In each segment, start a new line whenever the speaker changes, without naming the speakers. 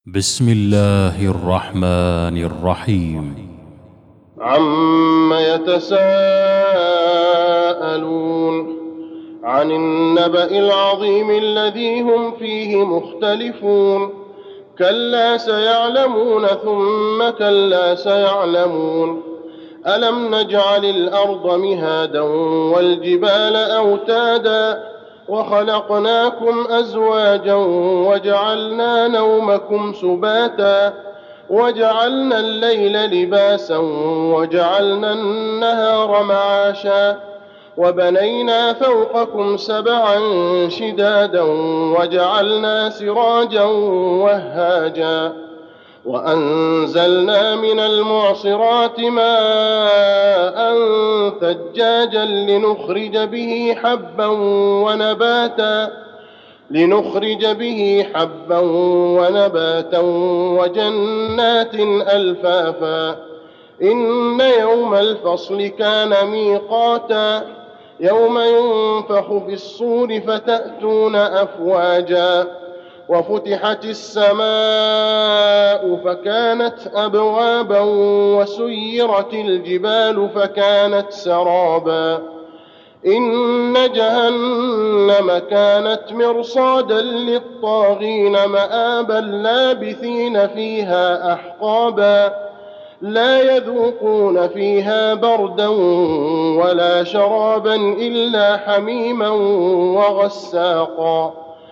بسم الله الرحمن الرحيم.
عم يتساءلون عن النبأ العظيم الذي هم فيه مختلفون كلا سيعلمون ثم كلا سيعلمون ألم نجعل الأرض مهادا والجبال أوتادا وخلقناكم أزواجا وجعلنا نومكم سباتا وجعلنا الليل لباسا وجعلنا النهار معاشا وبنينا فوقكم سبعا شدادا وجعلنا سراجا وهاجا وأنزلنا من المعصرات ماء ثجاجا لنخرج به حبا ونباتا وجنات ألفافا إن يوم الفصل كان ميقاتا يوم ينفخ في الصور فتأتون أفواجا وفتحت السماء فكانت أبوابا وسيرت الجبال فكانت سرابا إن جهنم كانت مرصادا للطاغين مآبا لابثين فيها أحقابا لا يذوقون فيها بردا ولا شرابا إلا حميما وغساقا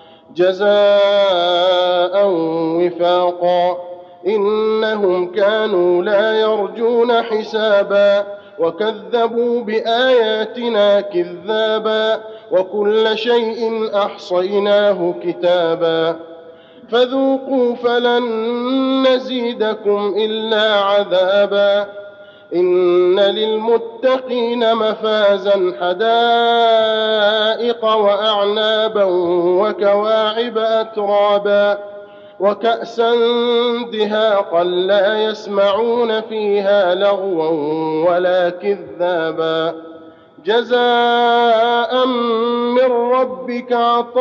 جزاء وفاقا إنهم كانوا لا يرجون حسابا وكذبوا بآياتنا كذابا وكل شيء أحصيناه كتابا فذوقوا فلن نزيدكم إلا عذابا إن للمتقين مفازا حدائق وأعنابا وكواعب أترابا وكأسا دهاقا لا يسمعون فيها لغوا ولا كذابا جزاء من ربك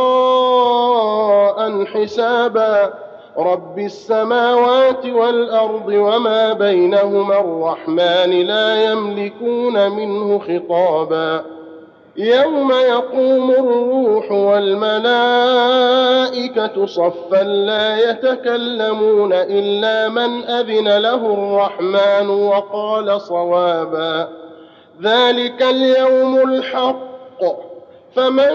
عطاء حسابا رب السماوات والأرض وما بينهما الرحمن لا يملكون منه خطابا يوم يقوم الروح والملائكة صفا لا يتكلمون إلا من أذن له الرحمن وقال صوابا ذلك اليوم الحق فمن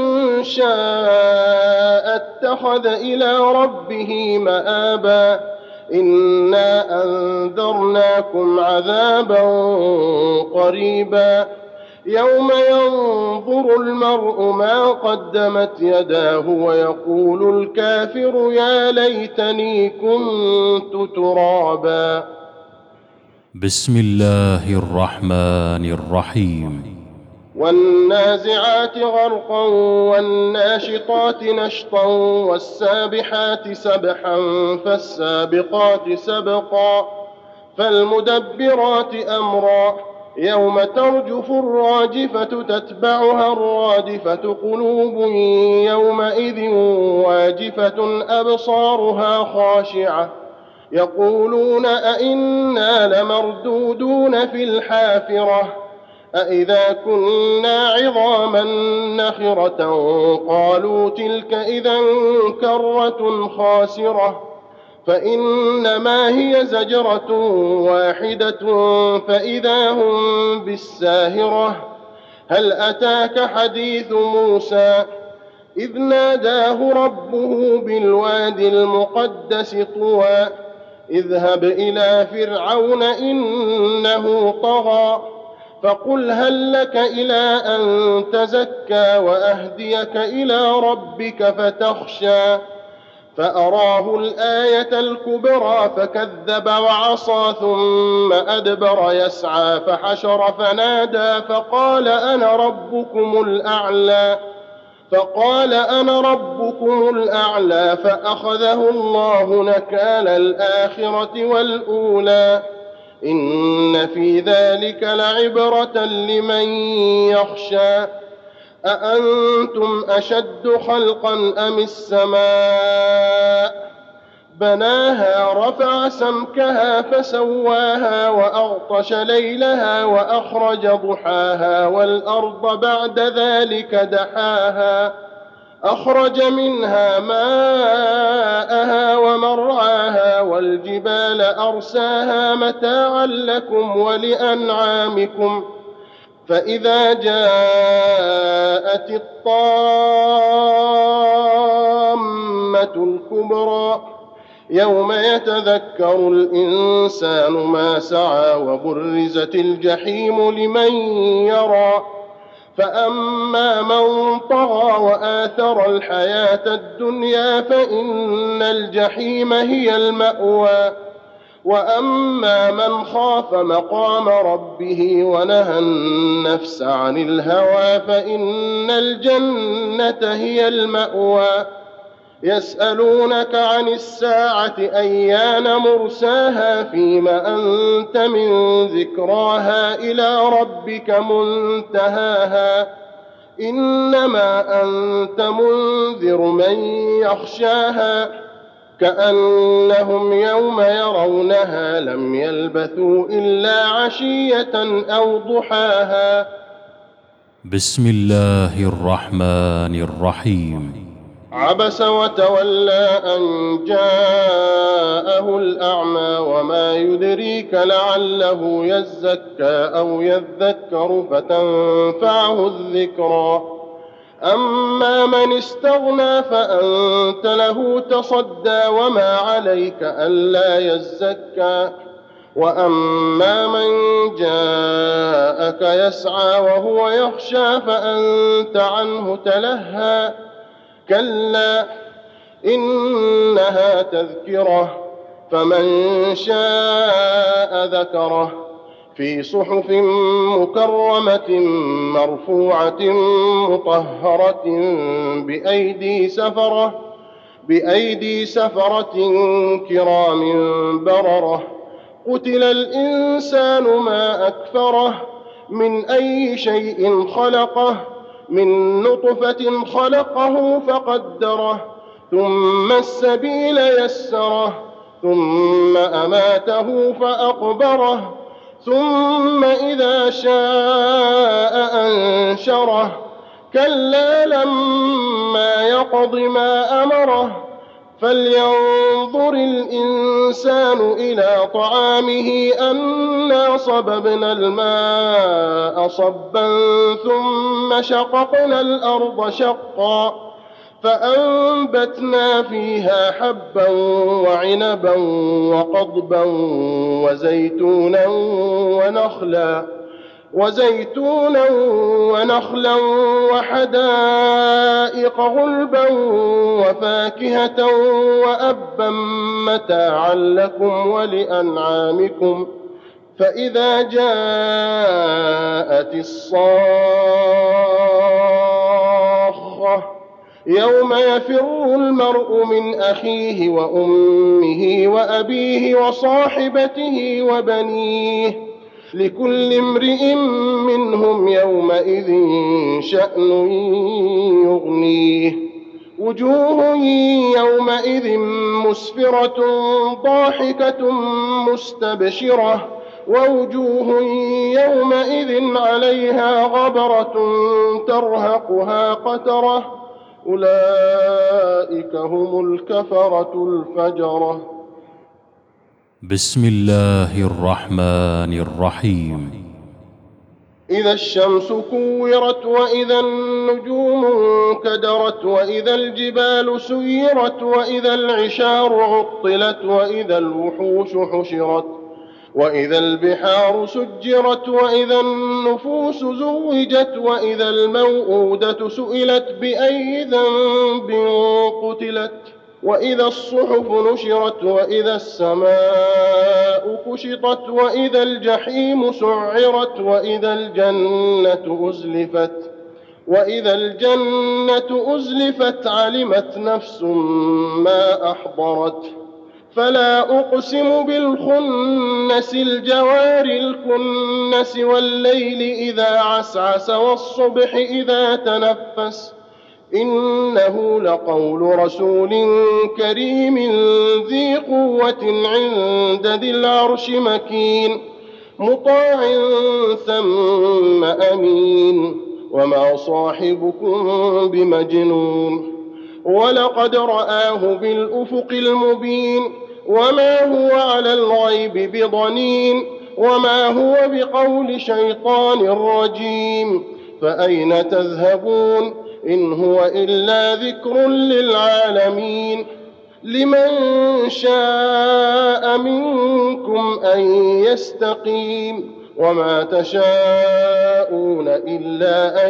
شاء اتخذ إلى ربه مآبا إنا أنذرناكم عذابا قريبا يوم ينظر المرء ما قدمت يداه ويقول الكافر يا ليتني كنت ترابا.
بسم الله الرحمن الرحيم.
والنازعات غرقا والناشطات نشطا والسابحات سبحا فالسابقات سبقا فالمدبرات أمرا يوم ترجف الراجفة تتبعها الرادفة قلوب يومئذ واجفة أبصارها خاشعة يقولون أئنا لمردودون في الحافرة أئذا كنا عظاما نخرة قالوا تلك إذا كرة خاسرة فإنما هي زجرة واحدة فإذا هم بالساهرة هل أتاك حديث موسى إذ ناداه ربه بالوادي المقدس طوى اذهب إلى فرعون إنه طغى فقل هل لك إلى أن تزكى وأهديك إلى ربك فتخشى فأراه الآية الكبرى فكذب وعصى ثم أدبر يسعى فحشر فنادى فقال أنا ربكم الأعلى فأخذه الله نكال الآخرة والأولى إن في ذلك لعبرة لمن يخشى أأنتم أشد خلقا أم السماء بناها رفع سمكها فسواها وأغطش ليلها وأخرج ضحاها والأرض بعد ذلك دحاها أخرج منها ماءها ومرعاها والجبال أرساها متاعا لكم ولأنعامكم فإذا جاءت الطامة الكبرى يوم يتذكر الإنسان ما سعى وبرزت الجحيم لمن يرى فأما من طغى وآثر الحياة الدنيا فإن الجحيم هي المأوى وأما من خاف مقام ربه ونهى النفس عن الهوى فإن الجنة هي المأوى يسألونك عن الساعة أيان مرساها فيم أنت من ذكراها إلى ربك منتهاها إنما أنت منذر من يخشاها كأنهم يوم يرونها لم يلبثوا إلا عشية أو ضحاها.
بسم الله الرحمن الرحيم.
عبس وتولى أن جاءه الأعمى وما يدريك لعله يزكى أو يذكر فتنفعه الذكرى أما من استغنى فأنت له تصدى وما عليك ألا يزكى وأما من جاءك يسعى وهو يخشى فأنت عنه تلهى كلا إنها تذكرة فمن شاء ذكره في صحف مكرمة مرفوعة مطهرة بأيدي سفرة كرام بررة قتل الإنسان ما أكفره من أي شيء خلقه من نطفة خلقه فقدره ثم السبيل يسره ثم أماته فأقبره ثم إذا شاء أنشره كلا لما يقض ما أمره فلينظر الإنسان إلى طعامه أنا صببنا الماء صبا ثم شققنا الأرض شقا فأنبتنا فيها حبا وعنبا وقضبا وزيتونا ونخلا وحدائق غلبا وفاكهة وأبا متاعا لكم ولأنعامكم فإذا جاءت الصاخة يوم يفر المرء من أخيه وأمه وأبيه وصاحبته وبنيه لكل امرئ منهم يومئذ شأن يغنيه وجوه يومئذ مسفرة ضاحكة مستبشرة ووجوه يومئذ عليها غبرة ترهقها قترة أولئك هم الكفرة الفجرة.
بسم الله الرحمن الرحيم.
إذا الشمس كورت وإذا النجوم انكدرت وإذا الجبال سيرت وإذا العشار عطلت وإذا الوحوش حشرت وإذا البحار سجرت وإذا النفوس زوجت وإذا الموءودة سئلت بأي ذنب قتلت وإذا الصحف نشرت وإذا السماء كشطت وإذا الجحيم سعرت وإذا الجنة أزلفت علمت نفس ما أحضرت فلا أقسم بالخنس الجوار الكنس والليل إذا عسعس والصبح إذا تنفس إنه لقول رسول كريم ذي قوة عند ذي العرش مكين مطاع ثم أمين وما صاحبكم بمجنون ولقد رآه بالأفق المبين وما هو على الغيب بضنين وما هو بقول شيطان رجيم فأين تذهبون إن هو إلا ذكر للعالمين لمن شاء منكم أن يستقيم وما تشاءون إلا أن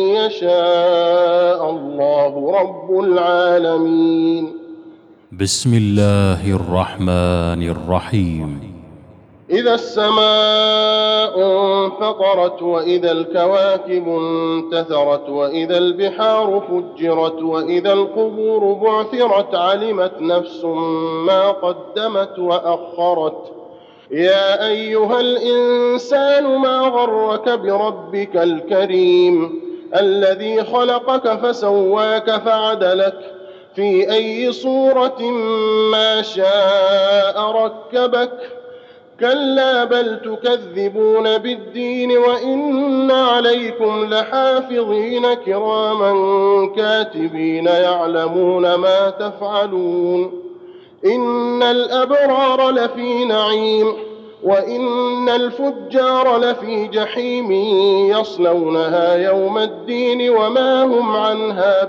يشاء الله رب العالمين.
بسم الله الرحمن الرحيم.
إذا السماء انفطرت وإذا الكواكب انتثرت وإذا البحار فجرت وإذا القبور بعثرت علمت نفس ما قدمت وأخرت يا أيها الإنسان ما غرك بربك الكريم الذي خلقك فسواك فعدلك في أي صورة ما شاء ركبك كلا بل تكذبون بالدين وإن عليكم لحافظين كراما كاتبين يعلمون ما تفعلون إن الأبرار لفي نعيم وإن الفجار لفي جحيم يصلونها يوم الدين وما هم عنها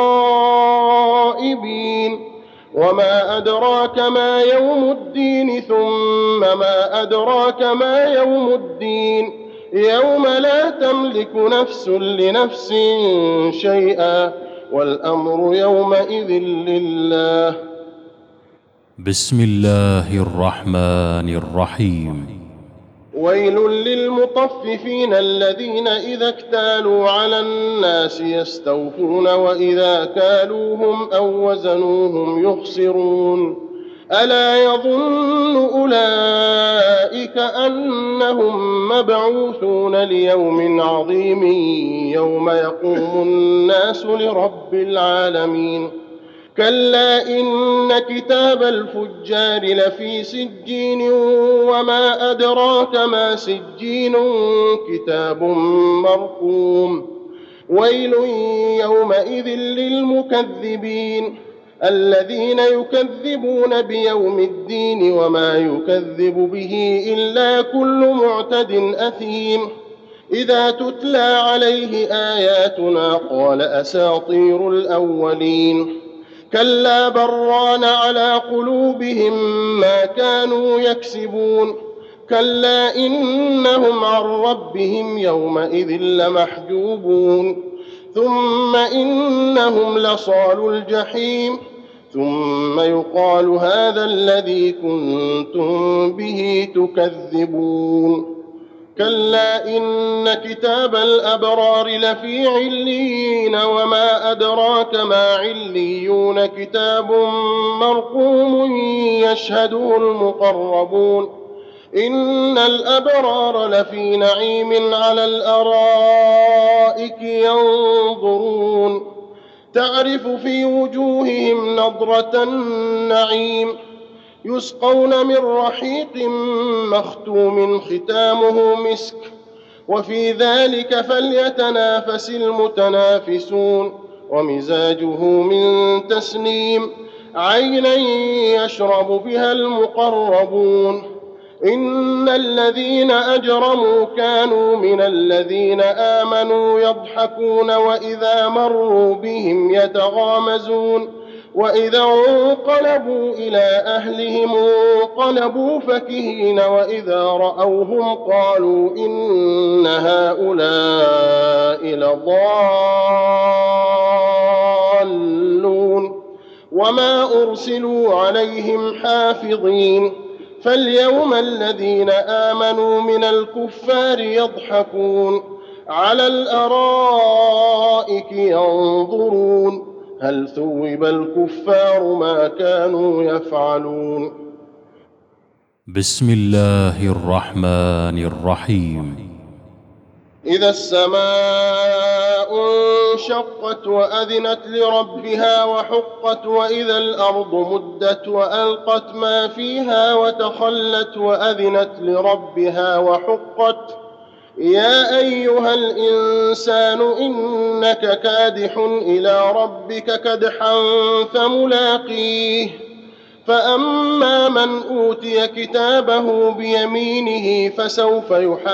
بغائبين وما أدراك ما يوم الدين ثم ما أدراك ما يوم الدين يوم لا تملك نفس لنفس شيئا والأمر يومئذ لله.
بسم الله الرحمن الرحيم.
ويل للمطففين الذين إذا اكتالوا على الناس يستوفون وإذا كالوهم أو وزنوهم يخسرون ألا يظن أولئك أنهم مبعوثون ليوم عظيم يوم يقوم الناس لرب العالمين كلا إن كتاب الفجار لفي سجين وما أدراك ما سجين كتاب مرقوم ويل يومئذ للمكذبين الذين يكذبون بيوم الدين وما يكذب به إلا كل معتد أثيم إذا تتلى عليه آياتنا قال أساطير الأولين كلا بران على قلوبهم ما كانوا يكسبون كلا إنهم عن ربهم يومئذ لمحجوبون ثم إنهم لصالو الجحيم ثم يقال هذا الذي كنتم به تكذبون كلا إن كتاب الأبرار لفي عليين وما أدراك ما عليون كتاب مرقوم يشهده المقربون إن الأبرار لفي نعيم على الأرائك ينظرون تعرف في وجوههم نضرة النعيم يسقون من رحيق مختوم ختامه مسك وفي ذلك فليتنافس المتنافسون ومزاجه من تسنيم عينا يشرب بها المقربون إن الذين أجرموا كانوا من الذين آمنوا يضحكون وإذا مروا بهم يتغامزون وإذا انقلبوا إلى أهلهم انقلبوا فكهين وإذا رأوهم قالوا إن هؤلاء لضالون وما أرسلوا عليهم حافظين فاليوم الذين آمنوا من الكفار يضحكون على الأرائك ينظرون هل ثوب الكفار ما كانوا يفعلون.
بسم الله الرحمن الرحيم.
إذا السماء السماء انشقت وأذنت لربها وحقت وإذا الأرض مدت وألقت ما فيها وتخلت وأذنت لربها وحقت يا أيها الإنسان إنك كادح إلى ربك كدحا فملاقيه فأما من أوتي كتابه بيمينه فسوف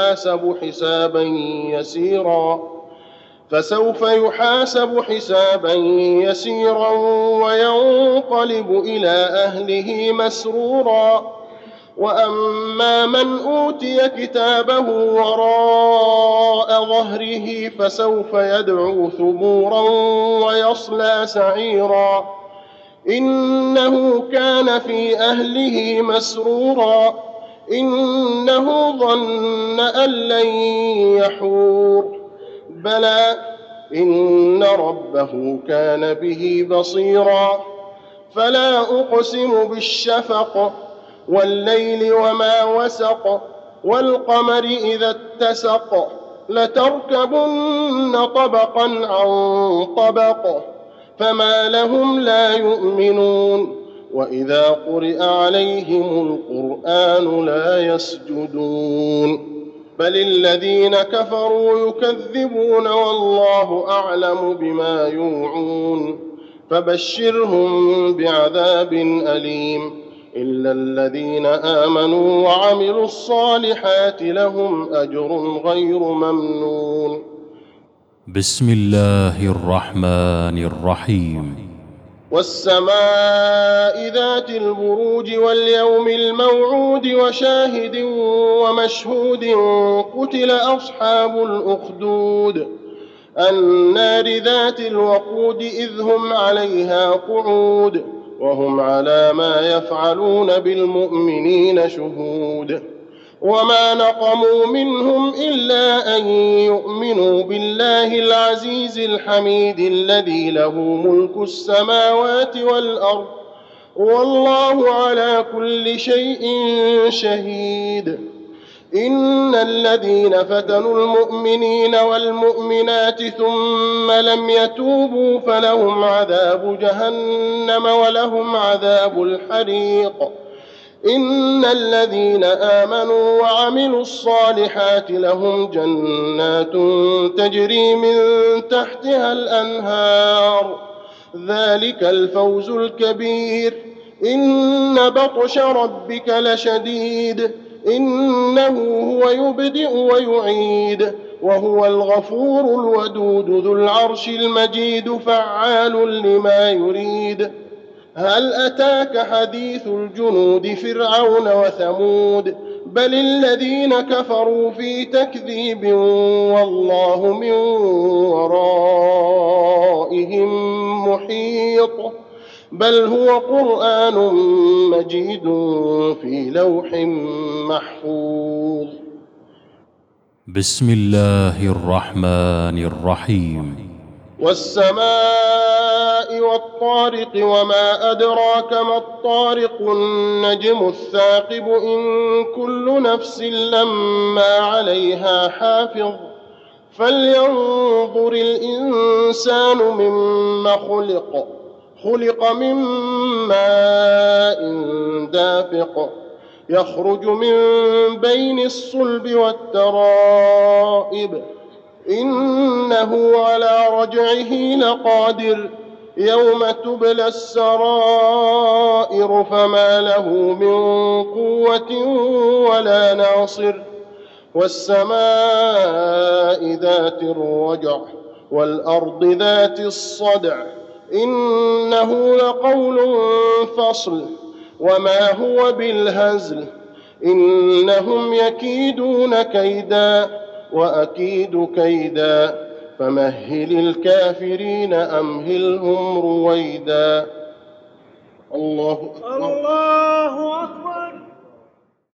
يحاسب حسابا يسيرا وينقلب إلى أهله مسرورا وأما من أوتي كتابه وراء ظهره فسوف يدعو ثبورا ويصلى سعيرا إنه كان في أهله مسرورا إنه ظن أن لن يحور بلى إن ربه كان به بصيرا فلا أقسم بالشفق والليل وما وسق والقمر إذا اتسق لتركبن طبقا عن طبق فما لهم لا يؤمنون وإذا قرئ عليهم القرآن لا يسجدون بل الذين كفروا يكذبون والله أعلم بما يوعون فبشرهم بعذاب أليم إلا الذين آمنوا وعملوا الصالحات لهم أجر غير ممنون.
بسم الله الرحمن الرحيم.
والسماء ذات البروج واليوم الموعود وشاهد ومشهود قتل أصحاب الأخدود النار ذات الوقود إذ هم عليها قعود وهم على ما يفعلون بالمؤمنين شهود وما نقموا منهم إلا أن يؤمنوا بالله العزيز الحميد الذي له ملك السماوات والأرض والله على كل شيء شهيد. إن الذين فتنوا المؤمنين والمؤمنات ثم لم يتوبوا فلهم عذاب جهنم ولهم عذاب الحريق. إن الذين آمنوا وعملوا الصالحات لهم جنات تجري من تحتها الأنهار ذلك الفوز الكبير. إن بطش ربك لشديد إنه هو يبدئ ويعيد وهو الغفور الودود ذو العرش المجيد فعال لما يريد. هل أتاك حديث الجنود فرعون وثمود بل الذين كفروا في تكذيب والله من ورائهم محيط بل هو قرآن مجيد في لوح محفوظ.
بسم الله الرحمن الرحيم.
والسماء والطارق وما أدراك ما الطارق النجم الثاقب إن كل نفس لما عليها حافظ فلينظر الإنسان مما خلق من ماء دافق يخرج من بين الصلب والترائب إنه على رجعه لقادر يوم تبلى السرائر فما له من قوة ولا ناصر. والسماء ذات الرجع والأرض ذات الصدع إنه لقول فصل وما هو بالهزل إنهم يكيدون كيدا وأكيد كيدا فمهل الكافرين أمهلهم رويدا. الله أكبر.